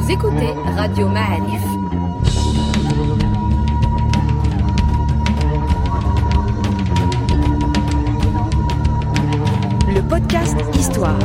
Vous écoutez Radio Ma'arif. Le podcast Histoire.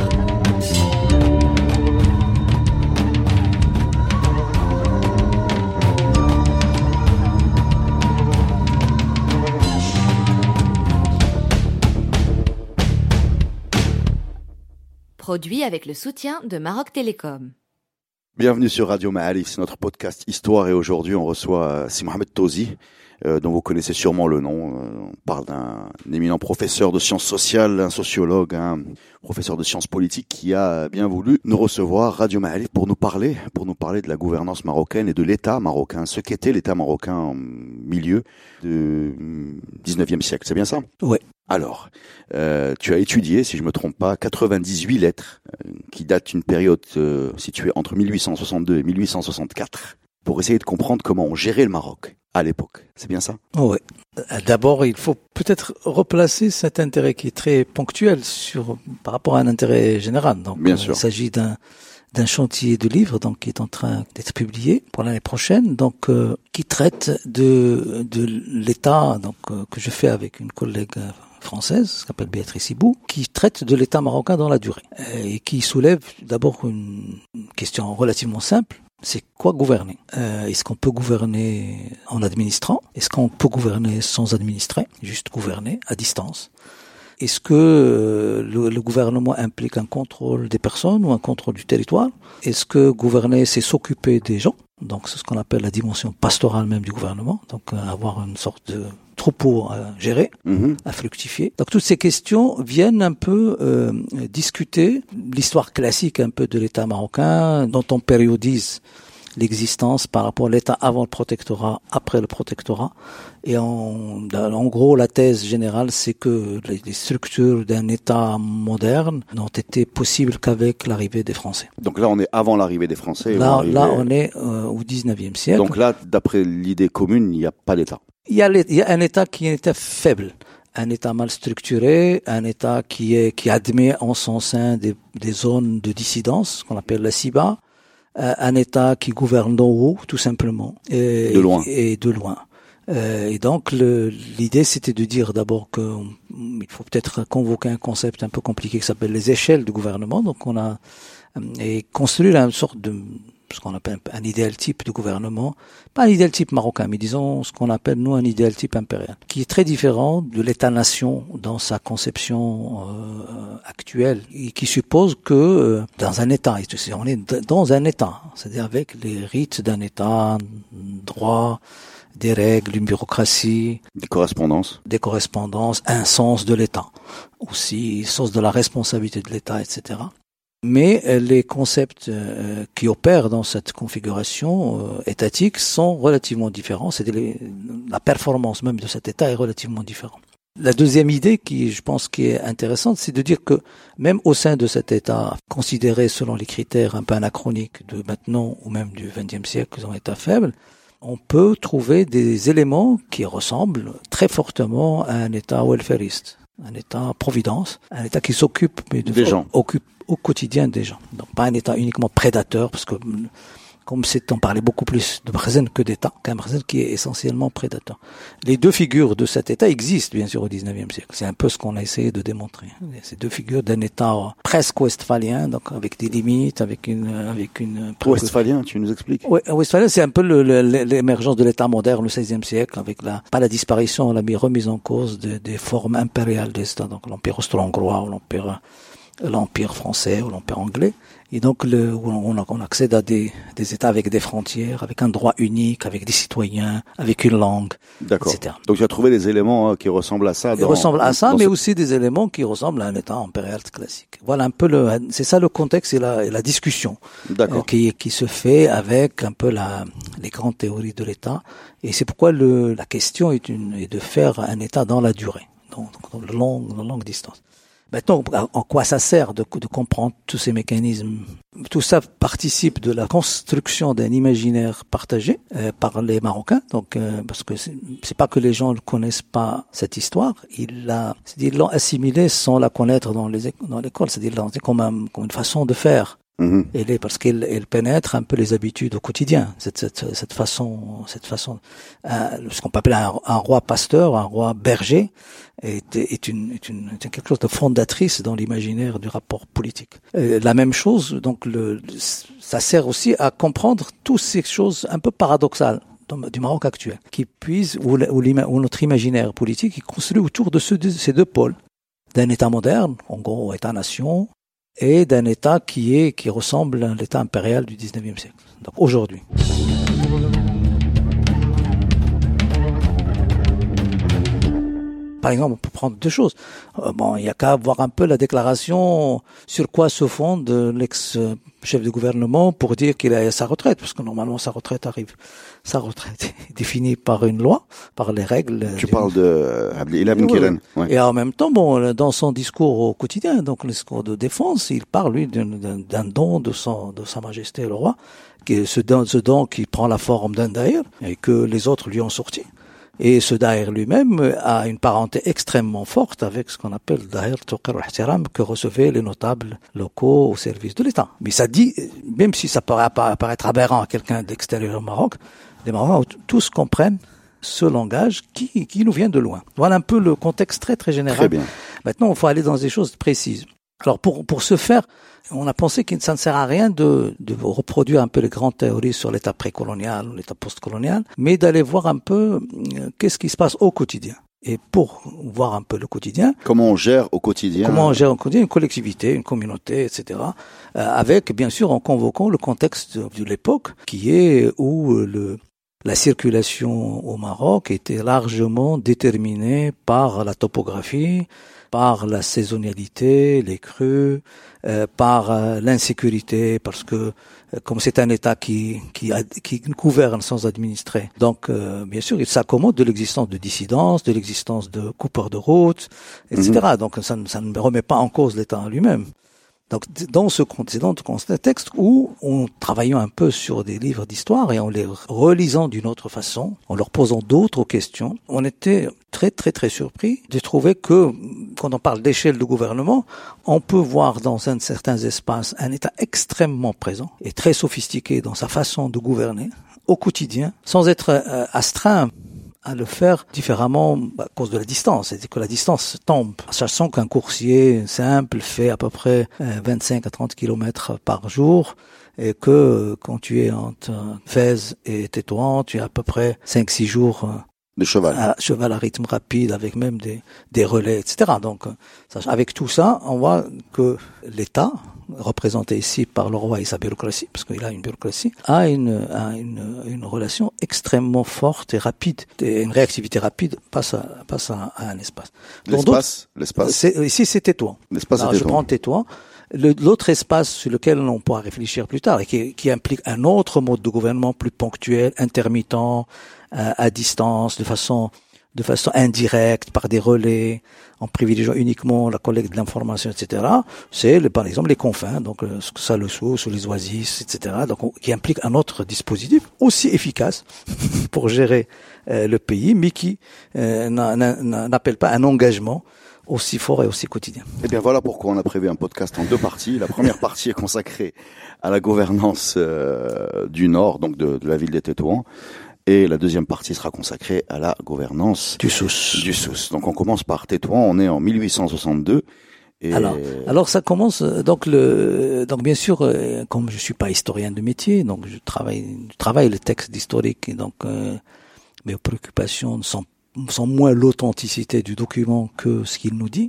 Produit avec le soutien de Maroc Télécom. Bienvenue sur Radio Ma'arif, c'est notre podcast Histoire et aujourd'hui on reçoit Si Mohamed Touzi, dont vous connaissez sûrement le nom. On parle d'un éminent professeur de sciences sociales, un sociologue, un professeur de sciences politiques qui a bien voulu nous recevoir Radio Ma'arif pour nous parler de la gouvernance marocaine et de l'État marocain, ce qu'était l'État marocain en milieu du 19e siècle. C'est bien ça? Oui. Alors, tu as étudié, si je me trompe pas, 98 lettres qui datent d'une période située entre 1862 et 1864 pour essayer de comprendre comment on gérait le Maroc à l'époque. C'est bien ça? Oui. D'abord, il faut peut-être replacer cet intérêt qui est très ponctuel par rapport à un intérêt général. Donc, bien sûr. Il s'agit d'un chantier de livres donc qui est en train d'être publié pour l'année prochaine, donc qui traite de l'État que je fais avec une collègue française, qui s'appelle Béatrice Ibou, qui traite de l'État marocain dans la durée et qui soulève d'abord une question relativement simple. C'est quoi gouverner? Est-ce qu'on peut gouverner en administrant? Est-ce qu'on peut gouverner sans administrer? Juste gouverner à distance? Est-ce que le gouvernement implique un contrôle des personnes ou un contrôle du territoire? Est-ce que gouverner, c'est s'occuper des gens? Donc c'est ce qu'on appelle la dimension pastorale même du gouvernement. Donc avoir une sorte de troupeau à gérer, à fructifier. Donc toutes ces questions viennent un peu discuter l'histoire classique un peu de l'État marocain, dont on périodise l'existence par rapport à l'État avant le protectorat, après le protectorat. Et en gros, la thèse générale, c'est que les structures d'un État moderne n'ont été possibles qu'avec l'arrivée des Français. Donc là, on est avant l'arrivée des Français. Là, on est au 19e siècle. Donc là, d'après l'idée commune, il n'y a pas d'État. Il y a un État qui est faible. Un État mal structuré, un État qui admet en son sein des zones de dissidence, qu'on appelle la CIBA, un État qui gouverne d'en haut, tout simplement. De loin. Et de loin. Et donc, l'idée, c'était de dire d'abord qu'il faut peut-être convoquer un concept un peu compliqué qui s'appelle les échelles de gouvernement. Donc, et construire une sorte de, ce qu'on appelle un idéal type de gouvernement. Pas un idéal type marocain, mais disons ce qu'on appelle, nous, un idéal type impérial, qui est très différent de l'État-nation dans sa conception actuelle, et qui suppose que dans un État, on est dans un État, c'est-à-dire avec les rites d'un État, droit, des règles, une bureaucratie, des correspondances, un sens de l'État, aussi sens de la responsabilité de l'État, etc. Mais les concepts qui opèrent dans cette configuration étatique sont relativement différents. La performance même de cet État est relativement différente. La deuxième idée je pense, qui est intéressante, c'est de dire que même au sein de cet État, considéré selon les critères un peu anachroniques de maintenant ou même du XXe siècle, comme État faible, on peut trouver des éléments qui ressemblent très fortement à un État welfariste, un État providence, un État qui s'occupe des gens. Occupe au quotidien des gens. Donc pas un État uniquement prédateur, parce que comme on parlait beaucoup plus de Breslen que d'État, qu'un Breslen qui est essentiellement prédateur. Les deux figures de cet État existent bien sûr au XIXe siècle. C'est un peu ce qu'on a essayé de démontrer. Ces deux figures d'un État presque westphalien, donc avec des limites, avec une. Westphalien, tu nous expliques? Oui, westphalien, c'est un peu l'émergence de l'État moderne au XVIe siècle, avec pas la disparition, la remise en cause des formes impériales des États, donc l'Empire austro-hongrois ou l'Empire français ou l'Empire anglais. Et donc, on accède à des États avec des frontières, avec un droit unique, avec des citoyens, avec une langue, etc. Donc, tu as trouvé des éléments qui ressemblent à ça. Mais aussi des éléments qui ressemblent à un État impérial classique. Voilà un peu c'est ça le contexte et la discussion qui se fait avec un peu les grandes théories de l'État. Et c'est pourquoi la question est de faire un État dans la durée, dans la longue distance. Maintenant, en quoi ça sert de comprendre tous ces mécanismes? Tout ça participe de la construction d'un imaginaire partagé par les Marocains. Donc, parce que c'est pas que les gens ne connaissent pas cette histoire, ils l'ont assimilée sans la connaître dans l'école. C'est-à-dire comme une façon de faire. Parce qu'elle pénètre un peu les habitudes au quotidien. Cette façon, ce qu'on peut appeler un roi pasteur, un roi berger, est quelque chose de fondatrice dans l'imaginaire du rapport politique. La même chose, donc ça sert aussi à comprendre toutes ces choses un peu paradoxales du Maroc actuel, qui puisent où notre imaginaire politique est construit autour de ces deux pôles, d'un État moderne, en gros État-nation, et d'un État qui ressemble à l'État impérial du 19e siècle. Donc aujourd'hui. Par exemple, on peut prendre deux choses. Il y a qu'à voir un peu la déclaration sur quoi se fonde l'ex-chef de gouvernement pour dire qu'il a sa retraite, parce que normalement sa retraite est définie par une loi, par les règles. Tu parles de Abdelillah Ben Kiran. Ouais. Et en même temps, dans son discours au quotidien, donc le discours de défense, il parle lui d'un don de sa majesté le roi, qui est ce don qui prend la forme d'un daïr et que les autres lui ont sorti. Et ce daïr lui-même a une parenté extrêmement forte avec ce qu'on appelle le daïr Tuqir al-Ihtiram que recevaient les notables locaux au service de l'État. Mais ça dit, même si ça pourrait apparaître aberrant à quelqu'un d'extérieur au Maroc, les Marocains tous comprennent ce langage qui nous vient de loin. Voilà un peu le contexte très très général. Très bien. Maintenant, il faut aller dans des choses précises. Alors pour ce faire, on a pensé que ça ne sert à rien de reproduire un peu les grandes théories sur l'état précolonial ou l'état postcolonial, mais d'aller voir un peu qu'est-ce qui se passe au quotidien. Et pour voir un peu le quotidien, comment on gère au quotidien une collectivité, une communauté, etc. Avec bien sûr en convoquant le contexte de l'époque, qui est où la circulation au Maroc était largement déterminée par la topographie, par la saisonnalité, les crues, par l'insécurité, parce que comme c'est un État qui gouverne sans administrer, donc bien sûr il s'accommode de l'existence de dissidence, de l'existence de coupeurs de route, etc. Donc ça ne remet pas en cause l'État en lui-même. Donc dans ce contexte où on travaillant un peu sur des livres d'histoire et en les relisant d'une autre façon, en leur posant d'autres questions, on était très très très surpris de trouver que quand on parle d'échelle de gouvernement, on peut voir dans certains espaces un État extrêmement présent et très sophistiqué dans sa façon de gouverner au quotidien, sans être astreint à le faire différemment à cause de la distance. C'est-à-dire que la distance tombe. Sachant qu'un coursier simple fait à peu près 25 à 30 kilomètres par jour et que quand tu es entre Fès et Tétouan, tu as à peu près 5-6 jours de cheval. À rythme rapide avec même des relais, etc. Donc, avec tout ça, on voit que l'État, représenté ici par le roi et sa bureaucratie, parce qu'il a une bureaucratie, a une relation extrêmement forte et rapide, et une réactivité rapide passe à un espace. L'espace. Ici, c'est Tétouan. L'espace est Tétouan. Je prends Tétouan. L'autre espace sur lequel on pourra réfléchir plus tard et qui implique un autre mode de gouvernement plus ponctuel, intermittent, à distance, de façon indirecte, par des relais, en privilégiant uniquement la collecte de l'information, etc. C'est par exemple les confins, donc Salessous, sous les Oasis, etc. Donc qui implique un autre dispositif aussi efficace pour gérer le pays, mais qui n'appelle pas un engagement aussi fort et aussi quotidien. Eh bien voilà pourquoi on a prévu un podcast en deux parties. La première partie est consacrée à la gouvernance du Nord, donc de la ville de Tétouan. Et la deuxième partie sera consacrée à la gouvernance du Souss. Donc on commence par Tétouan, on est en 1862. Et alors ça commence donc bien sûr comme je suis pas historien de métier, donc je travaille les textes d'historique et donc mes préoccupations sont moins l'authenticité du document que ce qu'il nous dit.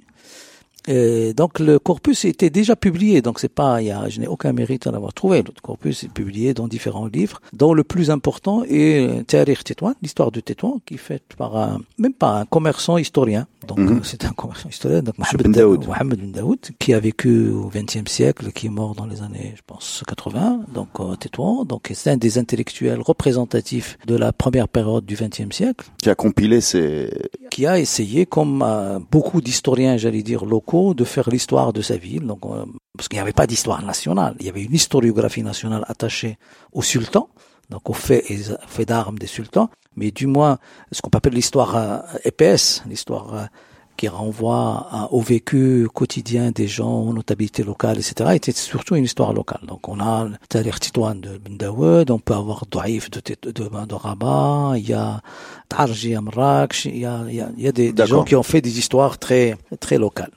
Et donc le corpus était déjà publié, donc je n'ai aucun mérite à l'avoir trouvé. Le corpus est publié dans différents livres, dont le plus important est Tarikh Tétouan, l'histoire de Tétouan, qui est faite par un commerçant historien. Donc c'est un commerçant historien, donc Mohamed Ben Daoud, qui a vécu au XXe siècle, qui est mort dans les années, je pense, 80, donc Tétouan. Donc c'est un des intellectuels représentatifs de la première période du XXe siècle. Qui a compilé qui a essayé, comme beaucoup d'historiens, j'allais dire, locaux, de faire l'histoire de sa ville. Donc, parce qu'il n'y avait pas d'histoire nationale. Il y avait une historiographie nationale attachée au sultan, donc aux faits d'armes des sultans, mais du moins, ce qu'on appelle l'histoire épaisse, l'histoire qui renvoie au vécu quotidien des gens, aux notabilités locales, etc., était surtout une histoire locale. Donc on a Tarikh Tétouan de Ben Daoud, on peut avoir Douaïf de Rabat, il y a Tarji à Marrakech, il y a des gens qui ont fait des histoires très, très locales.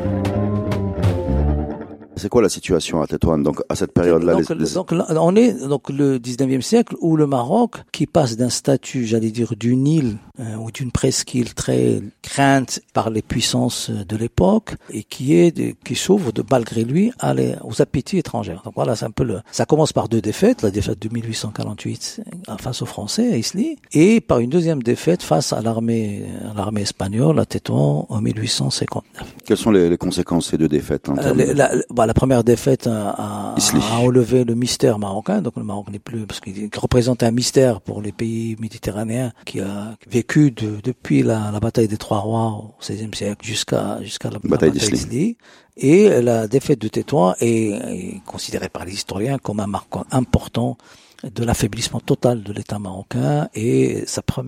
C'est quoi la situation à Tétouan, donc à cette période-là? Donc on est le 19e siècle où le Maroc, qui passe d'un statut, j'allais dire, d'une île ou d'une presqu'île très crainte par les puissances de l'époque et qui s'ouvre malgré lui aux appétits étrangers. Donc voilà, c'est un peu ça commence par deux défaites, la défaite de 1848 face aux Français à Isly et par une deuxième défaite face à l'armée espagnole à Tétouan en 1859. Quelles sont les conséquences de ces deux défaites la première défaite a enlevé le mystère marocain, donc le Maroc n'est plus, parce qu'il représente un mystère pour les pays méditerranéens qui a vécu depuis la bataille des Trois Rois au XVIe siècle jusqu'à la bataille d'Isly. Et la défaite de Tétouan est considérée par les historiens comme un marquant important de l'affaiblissement total de l'État marocain et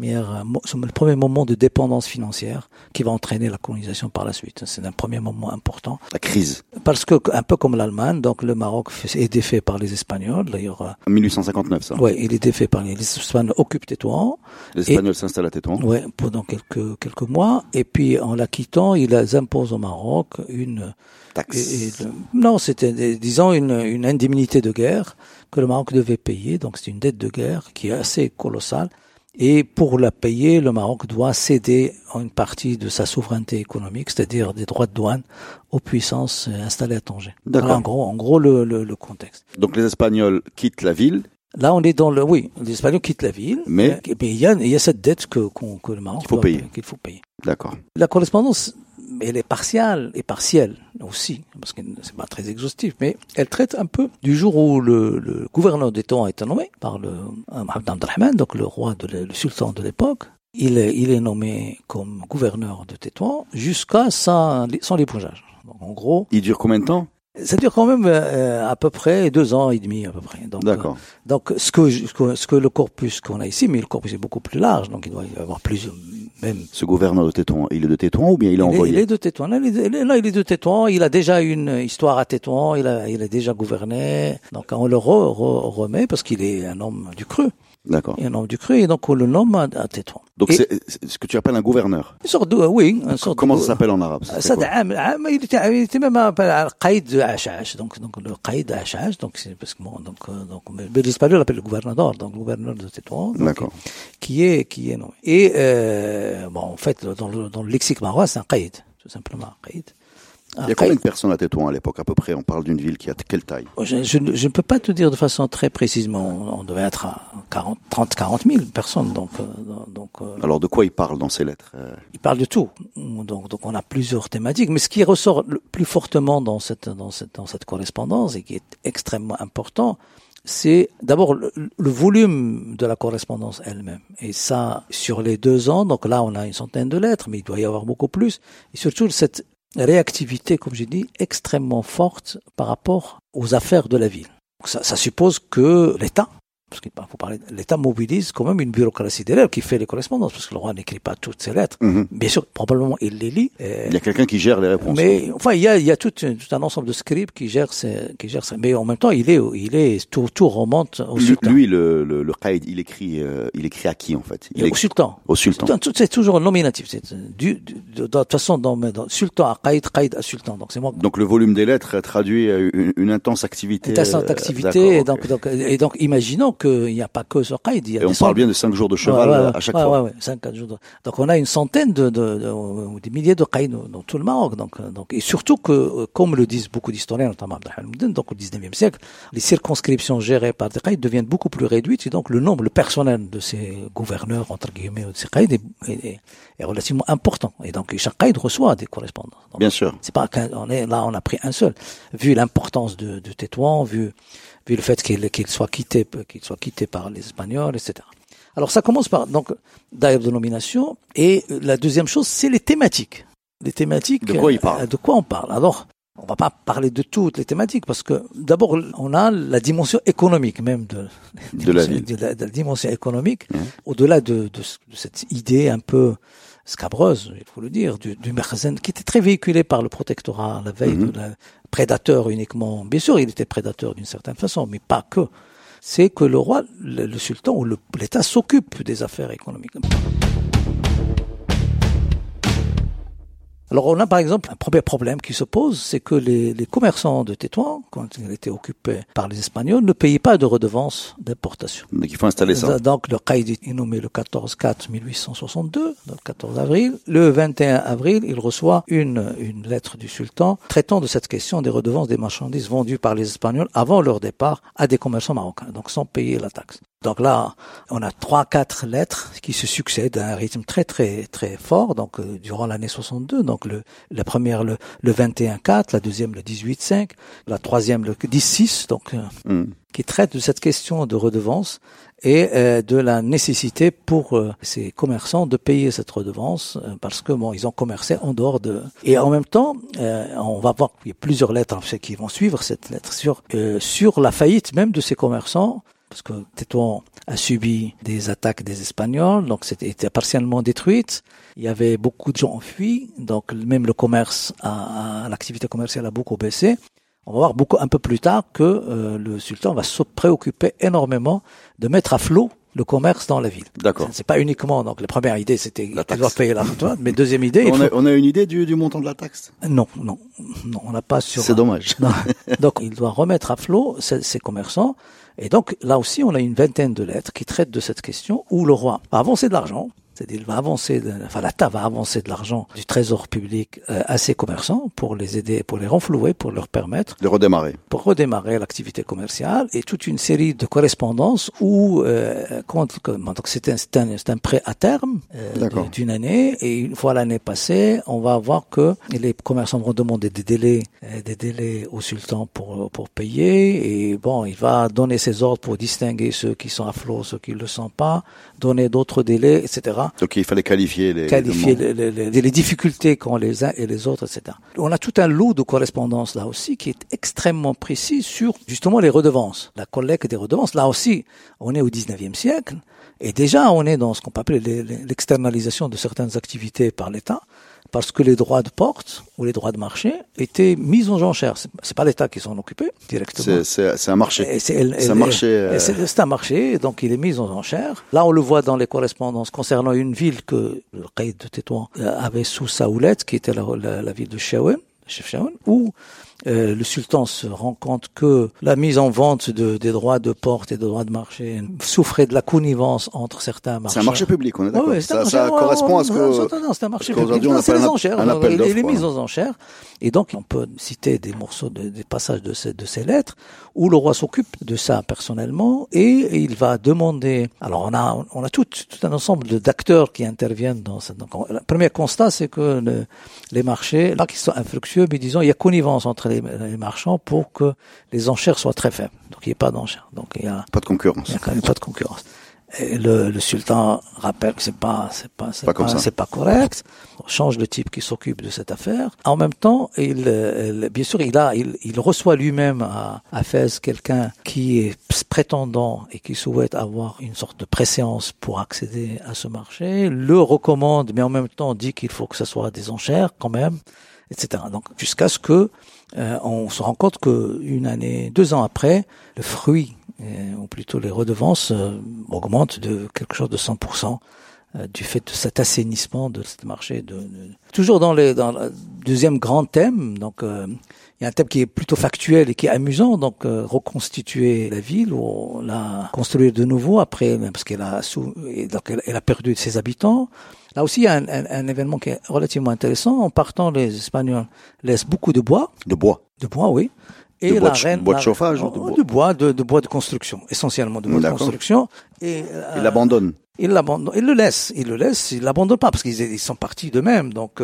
le premier moment de dépendance financière qui va entraîner la colonisation par la suite. C'est un premier moment important. La crise. Parce que, un peu comme l'Allemagne, donc le Maroc est défait par les Espagnols, d'ailleurs. En 1859, ça. Oui, il est défait par les Espagnols, occupent Tétouan. Les Espagnols s'installent à Tétouan. Oui, pendant quelques mois. Et puis, en la quittant, ils imposent au Maroc une taxe. Non, c'était, disons, une indemnité de guerre que le Maroc devait payer. Donc, c'est une dette de guerre qui est assez colossale. Et pour la payer, le Maroc doit céder une partie de sa souveraineté économique, c'est-à-dire des droits de douane aux puissances installées à Tanger. D'accord. Voilà, en gros le contexte. Donc les Espagnols quittent la ville. Là, on est oui, les Espagnols quittent la ville. Mais il y a cette dette que le Maroc qu'il faut payer. D'accord. La correspondance, elle est partielle aussi, parce que c'est pas très exhaustif, mais elle traite un peu du jour où le gouverneur de Tétouan a été nommé par le Mohamed Abdelrahman, donc le le sultan de l'époque. Il est nommé comme gouverneur de Tétouan jusqu'à son épousage. Donc en gros. Il dure combien de temps? Ça dure quand même à peu près 2 ans et demi à peu près. Donc, d'accord. Donc ce que le corpus qu'on a ici, mais le corpus est beaucoup plus large, donc il doit y avoir plus même. Ce gouverneur de Tétouan, il est de Tétouan ou bien il est envoyé? Il est de Tétouan. Là, il est de Tétouan. Il a déjà une histoire à Tétouan. Il a déjà gouverné. Donc on le remet parce qu'il est un homme du cru. D'accord. Il est un homme du cru et donc on le nomme à Tétouan. Donc c'est ce que tu appelles un gouverneur. Une sorte de, oui. Comment ça s'appelle en arabe? Il était même appelé al-Qaïd de Achash. Donc le Qaïd de Achash. Donc c'est parce que mais l'espagnol l'appelle le gouverneur. Donc le gouverneur de Tétouan. D'accord. Qui est nommé. Et en fait dans le lexique marocain c'est un Qaïd, tout simplement un Qaïd. Il y a combien de personnes à Tétouan à l'époque à peu près? On parle d'une ville qui a quelle taille? Je ne peux pas te dire de façon très précise, mais on devait être à 40 000 personnes. Donc, alors de quoi il parle dans ces lettres? Il parle de tout. Donc on a plusieurs thématiques, mais ce qui ressort le plus fortement dans cette correspondance et qui est extrêmement important, c'est d'abord le volume de la correspondance elle-même. Et ça, sur les 2 ans, donc là on a une centaine de lettres, mais il doit y avoir beaucoup plus. Et surtout cette réactivité, comme j'ai dit, extrêmement forte par rapport aux affaires de la ville. Donc ça suppose que l'État, parce qu'il faut parler, l'État mobilise quand même une bureaucratie derrière qui fait les correspondances, parce que le roi n'écrit pas toutes ses lettres. Mm-hmm. Bien sûr, probablement il les lit. Il y a quelqu'un qui gère les réponses. Mais enfin, il y a tout un ensemble de scribes qui gèrent mais en même temps, tout remonte au sultan. Lui, le Qaïd, il écrit à qui en fait? Au sultan. Au sultan. C'est toujours nominatif. De toute façon, dans sultan à Qaïd, Qaïd à sultan. Donc c'est moi. Donc le volume des lettres traduit une intense activité. Et donc imaginons qu'il n'y a pas que ce Qaïd. Et on parle bien de 5 jours de cheval à chaque fois. Ouais, 5 jours. Donc on a une centaine des milliers de Qaïd dans tout le Maroc. Donc, et surtout que, comme le disent beaucoup d'historiens, notamment Abdelrahman, donc au 19e siècle, les circonscriptions gérées par des Qaïd deviennent beaucoup plus réduites et donc le nombre, le personnel de ces gouverneurs, entre guillemets, de ces Qaïd est relativement important. Et donc chaque Qaïd reçoit des correspondances. Donc, bien sûr. C'est pas on a pris un seul. Vu l'importance de Tétouan, vu le fait qu'il soit quitté par les Espagnols, etc. Alors ça commence par donc d'ailleurs de nomination et la deuxième chose c'est les thématiques. Les thématiques. De quoi il parle? De quoi on parle? Alors on va pas parler de toutes les thématiques parce que d'abord on a la dimension économique même de la ville, de la dimension économique au-delà de cette idée un peu scabreuse, il faut le dire, du Mekhzen, qui était très véhiculé par le protectorat la veille de la prédateur uniquement. Bien sûr, il était prédateur d'une certaine façon, mais pas que. C'est que le roi, le sultan ou l'État s'occupe des affaires économiques. Alors on a par exemple un premier problème qui se pose, c'est que les commerçants de Tétouan, quand ils étaient occupés par les Espagnols, ne payaient pas de redevances d'importation. Donc il faut installer ça. Donc le caïd est nommé le 14/4/1862, donc le 14 avril. Le 21 avril, il reçoit une lettre du sultan traitant de cette question des redevances des marchandises vendues par les Espagnols avant leur départ à des commerçants marocains, donc sans payer la taxe. Donc là, on a 3-4 lettres qui se succèdent à un rythme très très très fort, donc durant l'année 62. Donc la première le 21/4, la deuxième le 18/5, la troisième le 10/6, donc qui traite de cette question de redevance et de la nécessité pour ces commerçants de payer cette redevance parce que bon, ils ont commercé en dehors de. Et en même temps, on va voir qu'il y a plusieurs lettres qui vont suivre cette lettre sur la faillite même de ces commerçants. Parce que Tétouan a subi des attaques des Espagnols, donc c'était partiellement détruite. Il y avait beaucoup de gens enfuis, donc même le commerce, l'activité commerciale a beaucoup baissé. On va voir un peu plus tard que le sultan va se préoccuper énormément de mettre à flot le commerce dans la ville. D'accord. C'est pas uniquement, donc la première idée c'était qu'il doit payer la taxe, mais deuxième idée. On a une idée du montant de la taxe? Non, on n'a pas sur. C'est dommage. Non. Donc il doit remettre à flot ces commerçants. Et donc, là aussi, on a une vingtaine de lettres qui traitent de cette question où le roi va avancer de l'argent. C'est-à-dire, l'État va avancer de l'argent du trésor public à ses commerçants pour les aider, pour les renflouer, pour leur permettre de redémarrer. Pour redémarrer l'activité commerciale et toute une série de correspondances où, donc c'est un prêt à terme d'une année et une fois l'année passée, on va voir que les commerçants vont demander des délais au sultan pour payer et bon, il va donner ses ordres pour distinguer ceux qui sont à flot, ceux qui le sont pas, donner d'autres délais, etc. Donc il fallait qualifier les difficultés qu'ont les uns et les autres, etc. On a tout un lot de correspondances là aussi qui est extrêmement précis sur justement les redevances, la collecte des redevances. Là aussi, on est au 19e siècle et déjà on est dans ce qu'on peut appeler l'externalisation de certaines activités par l'État. Parce que les droits de porte ou les droits de marché étaient mis aux enchères. C'est pas l'État qui s'en occupait directement. C'est un marché. C'est un marché, donc il est mis aux enchères. Là, on le voit dans les correspondances concernant une ville que le caïd de Tétouan avait sous sa houlette, qui était la ville de Chefchaouen, où le sultan se rend compte que la mise en vente des droits de porte et de droits de marché souffrait de la connivence entre certains marchands. C'est un marché public, on est d'accord. Oui, ça correspond à ce que... Non, c'est un marché public. Non, c'est les enchères. Il est mis aux enchères. Et donc, on peut citer des morceaux, des passages de ces lettres où le roi s'occupe de ça personnellement et il va demander... Alors, on a tout un ensemble d'acteurs qui interviennent dans ça. Donc, le premier constat, c'est que les marchés, là, qui sont infructueux, mais disons, il y a connivence entre les marchands pour que les enchères soient très faibles. Donc il n'y a pas d'enchères. Donc il y a pas de concurrence. Il y a quand même pas de concurrence. Et le sultan rappelle que c'est pas correct. On change le type qui s'occupe de cette affaire. En même temps, bien sûr, il reçoit lui-même à Fès quelqu'un qui est prétendant et qui souhaite avoir une sorte de préséance pour accéder à ce marché, le recommande, mais en même temps dit qu'il faut que ce soit des enchères quand même, etc. Donc jusqu'à ce que on se rend compte que 2 ans après, le fruit, ou plutôt les redevances, augmentent de quelque chose de 100%. Du fait de cet assainissement de ce marché. Toujours dans le deuxième grand thème, donc il y a un thème qui est plutôt factuel et qui est amusant, donc reconstituer la ville ou la construire de nouveau après, parce qu'elle a perdu ses habitants. Là aussi, il y a un événement qui est relativement intéressant. En partant, les Espagnols laissent beaucoup de bois. De bois, oui. Et bois de chauffage ou de bois de construction, essentiellement de bois de construction. Et il l'abandonne. Il le laisse, il l'abandonne pas parce qu'ils sont partis d'eux-mêmes. Donc,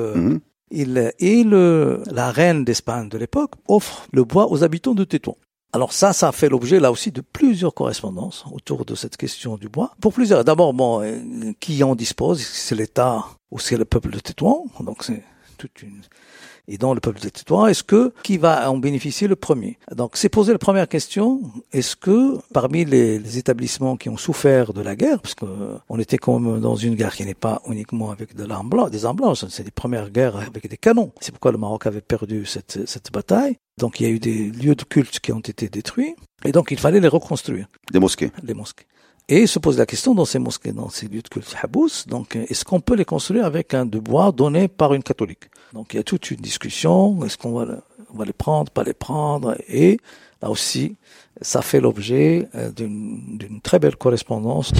la reine d'Espagne de l'époque offre le bois aux habitants de Tétouan. Alors ça a fait l'objet là aussi de plusieurs correspondances autour de cette question du bois. Pour plusieurs, d'abord, qui en dispose, c'est l'État ou c'est le peuple de Tétouan. Donc c'est Et dans le peuple des Tétouans, qui va en bénéficier le premier? Donc, c'est posé la première question. Est-ce que, parmi les établissements qui ont souffert de la guerre, parce que on était comme dans une guerre qui n'est pas uniquement avec des armes blanches, c'est les premières guerres avec des canons. C'est pourquoi le Maroc avait perdu cette bataille. Donc, il y a eu des lieux de culte qui ont été détruits. Et donc, il fallait les reconstruire. Des mosquées. Les mosquées. Et se pose la question dans ces mosquées, dans ces lieux de culte habous, donc est-ce qu'on peut les construire avec un de bois donné par une catholique? Donc il y a toute une discussion, est-ce qu'on va les prendre, pas les prendre, et là aussi, ça fait l'objet d'une très belle correspondance.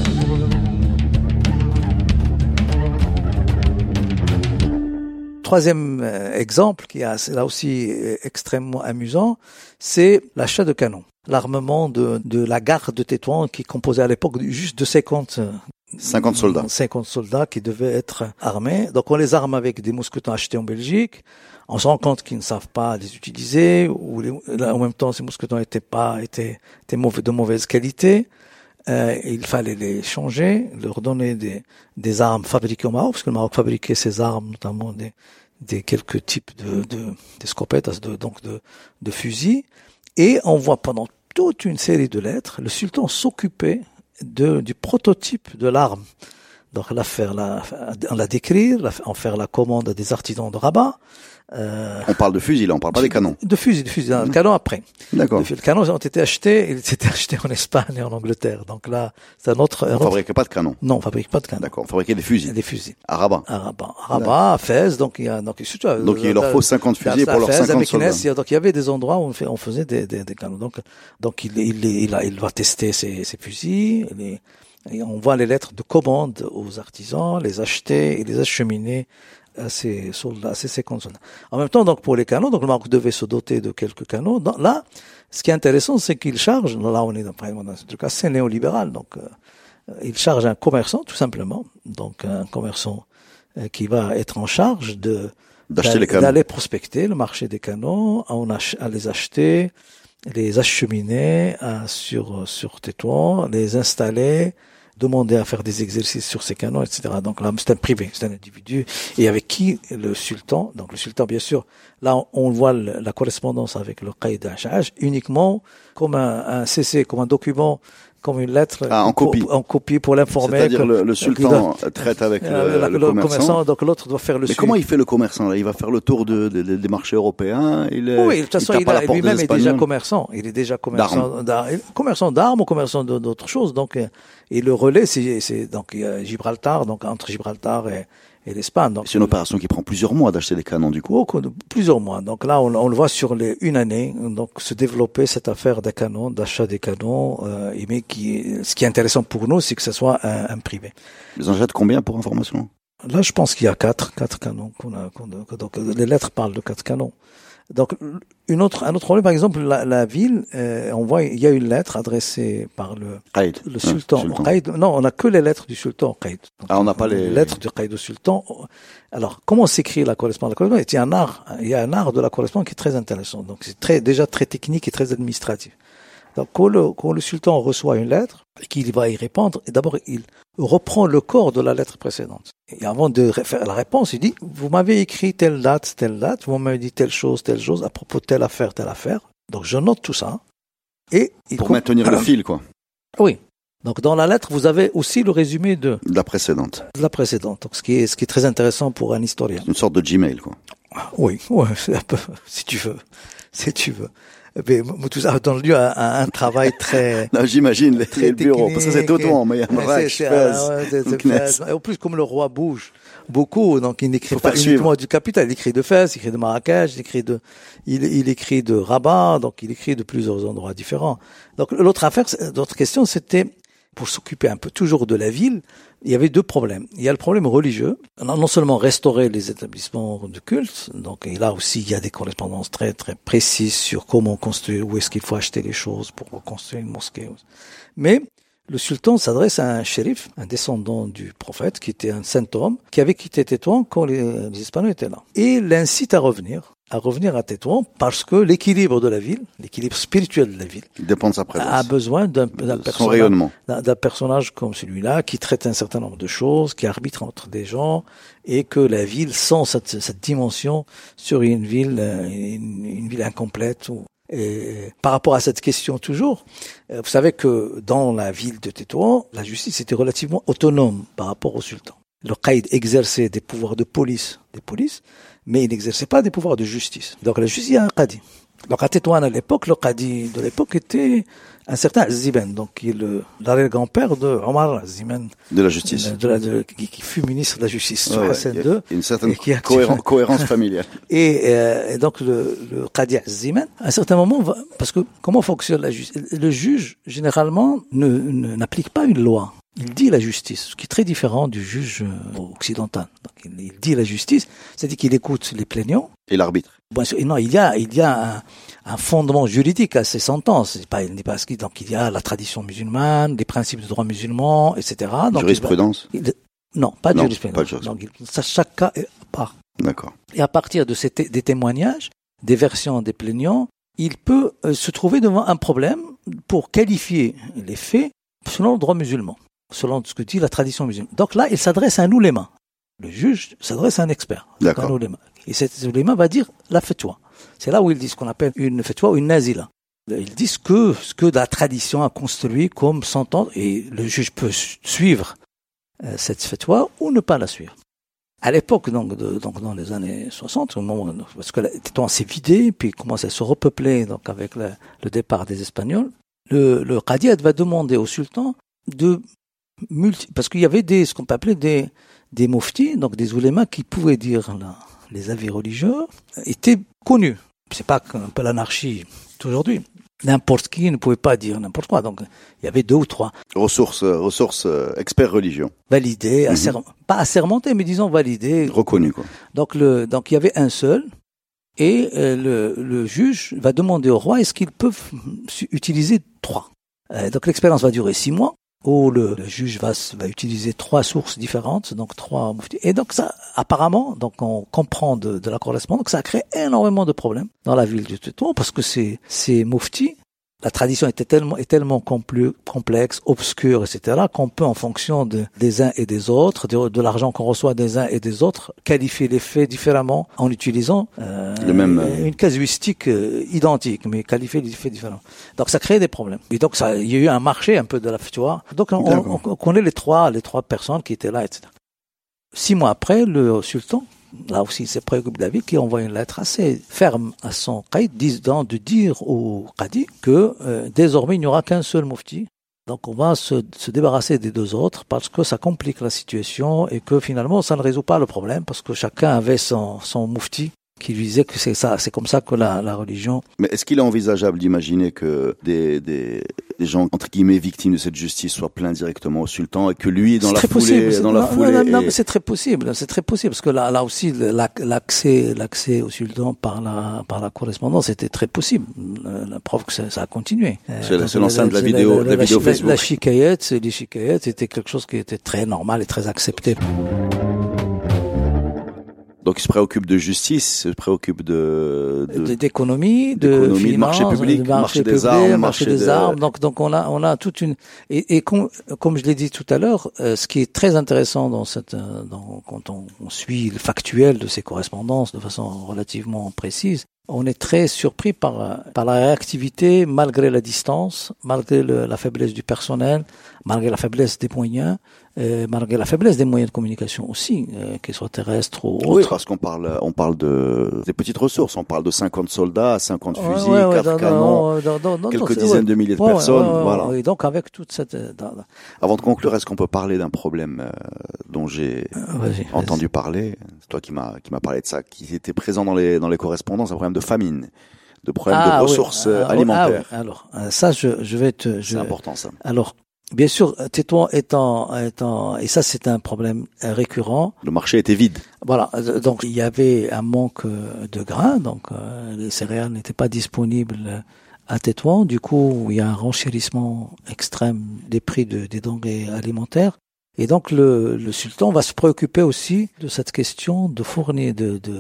Troisième exemple qui est là aussi extrêmement amusant, c'est l'achat de canons. L'armement de la garde de Tétouan qui composait à l'époque juste de 50 soldats. 50 soldats qui devaient être armés. Donc on les arme avec des mousquetons achetés en Belgique. On se rend compte qu'ils ne savent pas les utiliser, ou en même temps ces mousquetons étaient de mauvaise qualité. Il fallait les changer, leur donner des armes fabriquées au Maroc, parce que le Maroc fabriquait ces armes, notamment des quelques types de scopettes, donc de fusils. Et on voit pendant toute une série de lettres, le sultan s'occupait du prototype de l'arme. Donc la décrire, en faire la commande à des artisans de Rabat. On parle de fusils, là, on parle pas des canons. De fusils, le canon après. D'accord. Les canons ont été achetés, ils étaient achetés en Espagne et en Angleterre. Donc là, c'est un autre. On fabriquait pas de canons. Non, on fabrique pas de canons. D'accord, on fabriquait des fusils. Des fusils. À Rabat. À Fès, donc il leur faut 50 fusils pour leurs 50 soldats. Donc il y avait des endroits où on faisait des canons. Donc il va tester ces fusils, et on voit les lettres de commande aux artisans, les acheter et les acheminer à ces 50 soldats. En même temps, donc, pour les canons, donc, le Maroc devait se doter de quelques canons. Là, ce qui est intéressant, c'est qu'il charge, là, on est dans ce truc assez néolibéral, donc, il charge un commerçant, tout simplement. Donc, un commerçant, qui va être en charge d'aller prospecter le marché des canons, à les acheter, les acheminer, sur Tétouan, les installer, demander à faire des exercices sur ces canons, etc. Donc là, c'est un privé, c'est un individu, et avec qui le sultan, bien sûr, là, on voit la correspondance avec le Qaïd Ash'ash uniquement comme un CC, comme un document, comme une lettre en copie pour l'informer. C'est-à-dire le sultan traite avec le commerçant. Donc l'autre doit faire le suivi. Mais comment il fait le commerçant là? Il va faire le tour des marchés européens. Oui, de toute façon, lui-même est déjà commerçant. Il est déjà commerçant d'armes ou commerçant d'autres choses. Donc, et le relais, c'est donc il y a Gibraltar, donc entre Gibraltar et l'Espagne. C'est une opération qui prend plusieurs mois d'acheter des canons, du coup. Plusieurs mois. Donc là, on le voit sur une année, donc se développer cette affaire des canons, d'achat des canons, mais ce qui est intéressant pour nous, c'est que ce soit un privé. Ils en achètent combien pour information? Là, je pense qu'il y a quatre canons donc les lettres parlent de 4 canons. Donc, un autre problème, par exemple, la ville, on voit, il y a une lettre adressée par le sultan. Non, on n'a que les lettres du sultan au Qaïd. On n'a pas les lettres du Qaïd au sultan. Alors, comment s'écrit la correspondance? Il y a un art de la correspondance qui est très intéressant. Donc, c'est déjà très technique et très administratif. Donc, quand le sultan reçoit une lettre, et qu'il va y répondre, et d'abord, il reprend le corps de la lettre précédente. Et avant de faire la réponse, il dit, vous m'avez écrit telle date, vous m'avez dit telle chose, à propos de telle affaire. Donc, je note tout ça. Et pour maintenir le fil, quoi. Oui. Donc, dans la lettre, vous avez aussi le résumé de la précédente. Donc, ce qui est très intéressant pour un historien. C'est une sorte de Gmail, quoi. Oui, c'est un peu, si tu veux. Mais tout ça donne lieu à un travail très... Non, j'imagine, le bureau, parce que c'est Tétouan, mais il y a en plus, comme le roi bouge beaucoup, donc il n'écrit pas uniquement du capital, il écrit de Fès, il écrit de Marrakech, il écrit de Rabat, donc il écrit de plusieurs endroits différents. Donc l'autre question, c'était, pour s'occuper un peu toujours de la ville, il y avait 2 problèmes. Il y a le problème religieux, non seulement restaurer les établissements de culte, donc et là aussi il y a des correspondances très très précises sur comment construire, où est-ce qu'il faut acheter les choses pour construire une mosquée. Mais le sultan s'adresse à un shérif, un descendant du prophète, qui était un saint homme, qui avait quitté Tétouan quand les Espagnols étaient là. Et l'incite à revenir à revenir à Tétouan parce que l'équilibre de la ville, l'équilibre spirituel de la ville, Il dépend de sa présence. a besoin d'un Son personnage, rayonnement. d'un personnage comme celui-là qui traite un certain nombre de choses, qui arbitre entre des gens et que la ville sent cette dimension sur une ville incomplète. Et par rapport à cette question toujours, vous savez que dans la ville de Tétouan, la justice était relativement autonome par rapport au sultan. Le qaïd exerçait des pouvoirs de police, mais il n'exerçait pas des pouvoirs de justice. Donc la justice, il y a un qadi. Donc à Tétouan à l'époque, le qadi de l'époque était un certain Ziben, donc qui est l'arrière-grand-père de Omar Ziben. De la justice. Qui fut ministre de la justice sous Ouais, Hassan il y a II. une certaine qui a- cohérence familiale. Et donc le qadi Zimen, à un certain moment, parce que comment fonctionne la justice? Le juge, généralement, n'applique pas une loi. Il dit la justice, ce qui est très différent du juge occidental. Donc, il dit la justice, c'est-à-dire qu'il écoute les plaignants. Et l'arbitre. Bien sûr, non, il y a un fondement juridique à ces sentences. Donc il y a la tradition musulmane, des principes de droit musulman, etc. Donc, Jurisprudence. non, pas de Non, jurisprudence. pas de jurisprudence. Donc, chaque cas est à part. D'accord. Et à partir de des témoignages, des versions des plaignants, il peut se trouver devant un problème pour qualifier les faits selon le droit musulman, selon ce que dit la tradition musulmane. Donc là, il s'adresse à un ouléma. Le juge s'adresse à un expert, D'accord. un ouléma. Et cet ouléma va dire la fatwa. C'est là où il dit ce qu'on appelle une fatwa ou une nazila. Ils disent ce que la tradition a construit comme sentence, et le juge peut suivre cette fatwa ou ne pas la suivre. À l'époque, donc dans les années 60, au moment, parce que Tétouan s'est vidé, puis commence à se repeupler, donc avec le départ des Espagnols, le qadi va demander au sultan parce qu'il y avait ce qu'on peut appeler des muftis, donc des oulémas qui pouvaient dire les avis religieux, étaient connus. C'est pas un peu l'anarchie d'aujourd'hui. N'importe qui ne pouvait pas dire n'importe quoi. Donc, il y avait 2 ou 3. Ressources, experts religion. Validés, pas assermentés, mais disons validés. Reconnus, quoi. Donc, il y avait un seul. Et le juge va demander au roi est-ce qu'ils peuvent utiliser 3. Donc, l'expérience va durer 6 mois. Où le juge va utiliser 3 sources différentes, donc 3 muftis. Et donc ça, apparemment, donc on comprend de la correspondance que ça a créé énormément de problèmes dans la ville de Tétouan, parce que ces muftis, la tradition est tellement complexe, obscure, etc., qu'on peut, en fonction des uns et des autres, de l'argent qu'on reçoit des uns et des autres, qualifier les faits différemment en utilisant une casuistique identique, mais qualifier les faits différemment. Donc ça crée des problèmes. Et donc il y a eu un marché un peu de la fatwa. Donc on connaît les trois personnes qui étaient là, etc. 6 mois après, le sultan, là aussi, il s'est préoccupé de la ville, qui envoie une lettre assez ferme à son qaïd, disant de dire au qadi que désormais, il n'y aura qu'un seul mufti. Donc, on va se débarrasser des 2 autres parce que ça complique la situation et que finalement, ça ne résout pas le problème parce que chacun avait son mufti qui lui disait que c'est comme ça que la religion... Mais est-ce qu'il est envisageable d'imaginer que des gens, entre guillemets, victimes de cette justice soient plaints directement au sultan et que lui, dans la foulée... Non, mais c'est très possible, parce que là aussi, l'accès au sultan par la correspondance était très possible. La preuve que ça a continué. C'est l'enceinte de la vidéo Facebook. Les shikayettes, c'était quelque chose qui était très normal et très accepté. Donc, il se préoccupe de justice, il se préoccupe d'économie, de finance, marché public, marché des armes. Donc on a toute une et comme je l'ai dit tout à l'heure, ce qui est très intéressant quand on suit le factuel de ces correspondances de façon relativement précise, on est très surpris par la réactivité malgré la distance, malgré la faiblesse du personnel, malgré la faiblesse des moyens, malgré la faiblesse des moyens de communication aussi, qu'ils soient terrestres ou autres. Oui, parce qu'on parle des petites ressources. On parle de 50 soldats, 50 fusils, 4 canons, quelques dizaines de milliers de personnes. Voilà. Et donc avec toute cette... Avant de conclure, est-ce qu'on peut parler d'un problème dont j'ai entendu parler? C'est toi qui m'as parlé de ça, qui était présent dans les correspondances, un problème de famine, de problème de ressources alimentaires. Alors, ça, je vais te... C'est important, ça. Alors, bien sûr, Tétouan étant, et ça c'est un problème récurrent. Le marché était vide. Voilà, donc il y avait un manque de grains, donc les céréales n'étaient pas disponibles à Tétouan. Du coup, il y a un renchérissement extrême des prix des denrées alimentaires. Et donc le sultan va se préoccuper aussi de cette question de fournir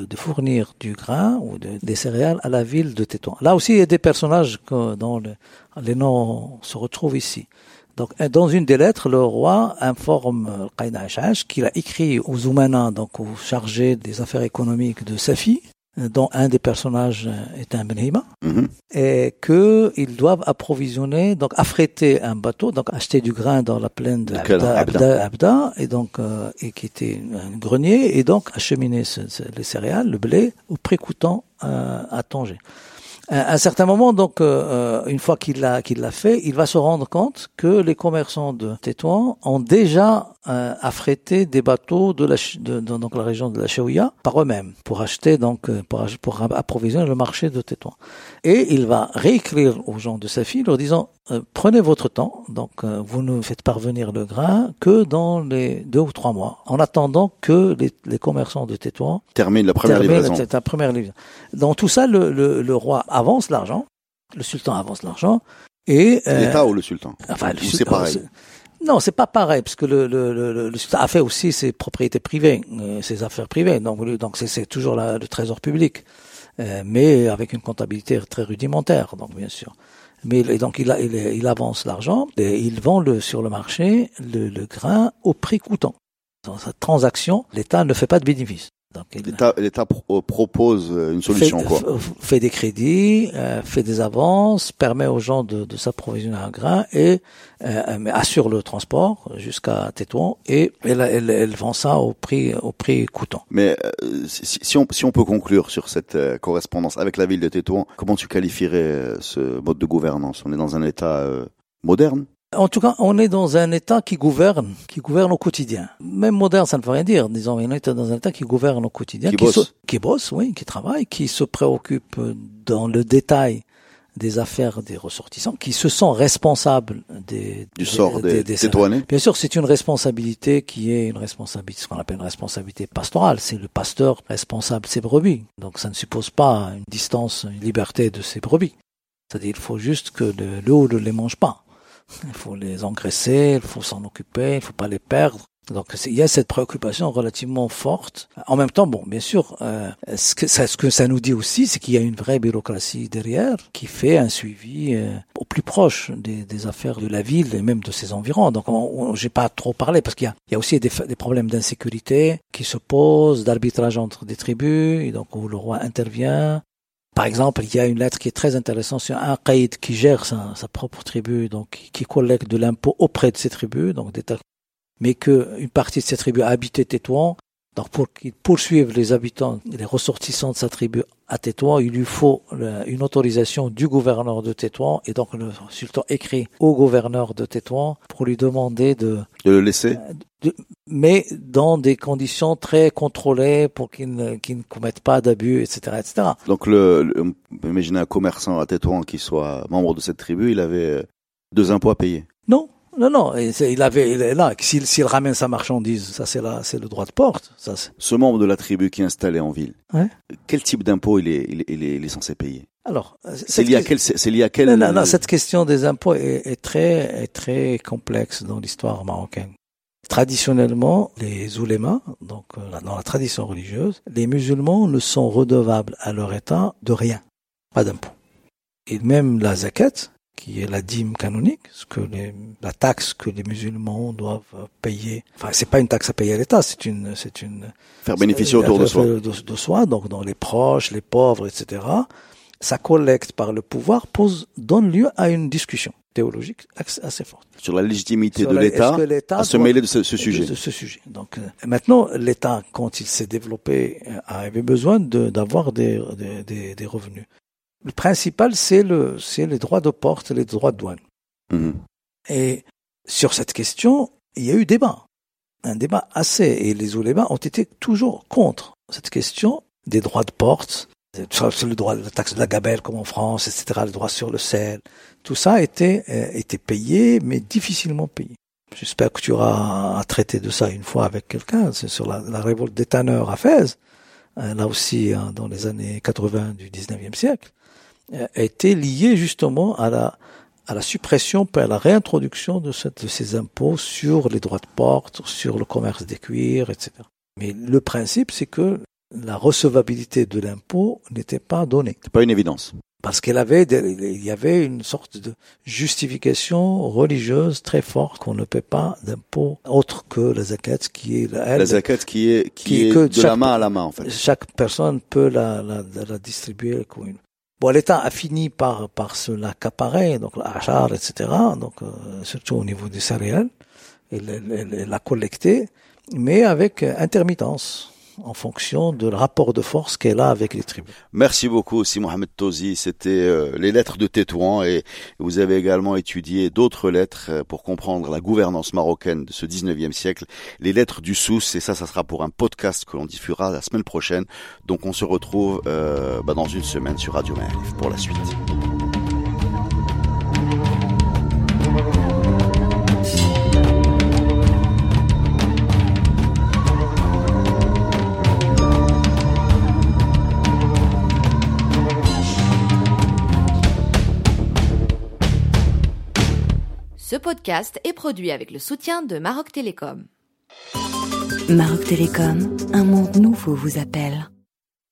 du grain ou des céréales à la ville de Tétouan. Là aussi, il y a des personnages dont les noms se retrouvent ici. Donc, dans une des lettres, le roi informe Qaïd Achash qu'il a écrit aux Zoumana, donc aux chargés des affaires économiques de Safi, dont un des personnages est un Benhima, et qu'ils doivent approvisionner, donc affréter un bateau, donc acheter du grain dans la plaine de Abda, et donc et qui était un grenier, et donc acheminer les céréales, le blé, au prix coûtant à Tanger. À un certain moment, donc, une fois qu'il l'a fait, il va se rendre compte que les commerçants de Tétouan ont déjà affrété des bateaux donc la région de la Chaouia par eux-mêmes pour acheter donc pour approvisionner le marché de Tétouan. Et il va réécrire aux gens de Safi leur disant prenez votre temps, donc vous ne faites parvenir le grain que dans les 2 ou 3 mois, en attendant que les commerçants de Tétouan terminent la première livraison. Dans tout ça, le roi avance l'argent, le sultan avance l'argent, et l'État ou le sultan. Enfin, c'est pareil. Non, c'est pas pareil, parce que le sultan a fait aussi ses propriétés privées, ses affaires privées, donc c'est toujours le trésor public, mais avec une comptabilité très rudimentaire, donc bien sûr. Mais donc il avance l'argent et il vend sur le marché le grain au prix coûtant. Dans cette transaction, l'État ne fait pas de bénéfice. Donc, L'État propose une solution, fait des crédits, fait des avances, permet aux gens de s'approvisionner en grain et assure le transport jusqu'à Tétouan et elle vend ça au prix coûtant. Mais si on peut conclure sur cette correspondance avec la ville de Tétouan, comment tu qualifierais ce mode de gouvernance? On est dans un État moderne? En tout cas, on est dans un État qui gouverne au quotidien. Même moderne, ça ne veut rien dire. Disons, on est dans un État qui gouverne au quotidien. Qui bosse, oui, qui travaille, qui se préoccupe dans le détail des affaires des ressortissants, qui se sont responsables du sort des Tétouanais. Bien sûr, c'est une responsabilité qui est une responsabilité, ce qu'on appelle une responsabilité pastorale. C'est le pasteur responsable de ses brebis. Donc, ça ne suppose pas une distance, une liberté de ses brebis. C'est-à-dire, il faut juste que le loup ne les mange pas. Il faut les engraisser, il faut s'en occuper, il ne faut pas les perdre. Donc il y a cette préoccupation relativement forte. En même temps, bon, bien sûr, ce que ça nous dit aussi, c'est qu'il y a une vraie bureaucratie derrière qui fait un suivi au plus proche des affaires de la ville et même de ses environs. Donc j'ai pas trop parlé parce qu'il y a aussi des problèmes d'insécurité qui se posent, d'arbitrage entre des tribus, et donc où le roi intervient. Par exemple, il y a une lettre qui est très intéressante sur un caïd qui gère sa propre tribu, donc qui collecte de l'impôt auprès de ses tribus, donc mais que une partie de ses tribus a habité Tétouan. Donc pour qu'il poursuive les habitants, les ressortissants de sa tribu à Tétouan, il lui faut une autorisation du gouverneur de Tétouan, et donc le sultan écrit au gouverneur de Tétouan pour lui demander de le laisser, mais dans des conditions très contrôlées pour qu'il ne commette pas d'abus, etc., etc. Donc on peut imaginer un commerçant à Tétouan qui soit membre de cette tribu, il avait 2 impôts à payer. Non. S'il ramène sa marchandise, ça c'est le droit de porte. Ça, ce membre de la tribu qui est installé en ville, ouais. Quel type d'impôt il est censé payer? Alors, c'est lié à quel? Non, cette question des impôts est très complexe dans l'histoire marocaine. Traditionnellement, les oulémas, donc dans la tradition religieuse, les musulmans ne sont redevables à leur État de rien, pas d'impôt. Et même la zakat, qui est la dîme canonique, la taxe que les musulmans doivent payer. Enfin, c'est pas une taxe à payer à l'État, c'est une faire bénéficier autour de soi. De soi, donc dans les proches, les pauvres, etc. Sa collecte par le pouvoir donne lieu à une discussion théologique assez forte. Sur la légitimité de l'État à se mêler de ce sujet. De ce sujet. Donc, maintenant, l'État, quand il s'est développé, avait besoin d'avoir des revenus. Le principal, c'est les droits de porte et les droits de douane. Mmh. Et sur cette question, il y a eu un débat et les oulémas ont été toujours contre cette question des droits de porte, sur le droit de la taxe de la gabelle comme en France, etc., le droit sur le sel. Tout ça a été payé, mais difficilement payé. J'espère que tu auras à traiter de ça une fois avec quelqu'un. C'est sur la révolte des tanneurs à Fès, là aussi dans les années 80 du 19e siècle. A été lié justement à la suppression puis à la réintroduction de ces impôts sur les droits de porte, sur le commerce des cuirs, etc. Mais le principe, c'est que la recevabilité de l'impôt n'était pas donnée. C'est pas une évidence. Parce il y avait une sorte de justification religieuse très forte qu'on ne paie pas d'impôt autre que la zakat, qui est la zakat qui est de la main à la main, en fait. Chaque personne peut la distribuer. Bon, l'État a fini par se l'accaparer, donc l'achar, etc. Donc surtout au niveau des céréales, et la collecter, mais avec intermittence, en fonction de le rapport de force qu'elle a avec les tribus. Merci beaucoup, Si Mohamed Tozi. C'était les lettres de Tétouan, et vous avez également étudié d'autres lettres pour comprendre la gouvernance marocaine de ce 19e siècle, les lettres du Souss, et ça sera pour un podcast que l'on diffusera la semaine prochaine. Donc on se retrouve dans une semaine sur Radio Ma'arif pour la suite. Ce podcast est produit avec le soutien de Maroc Télécom. Maroc Télécom, un monde nouveau vous appelle.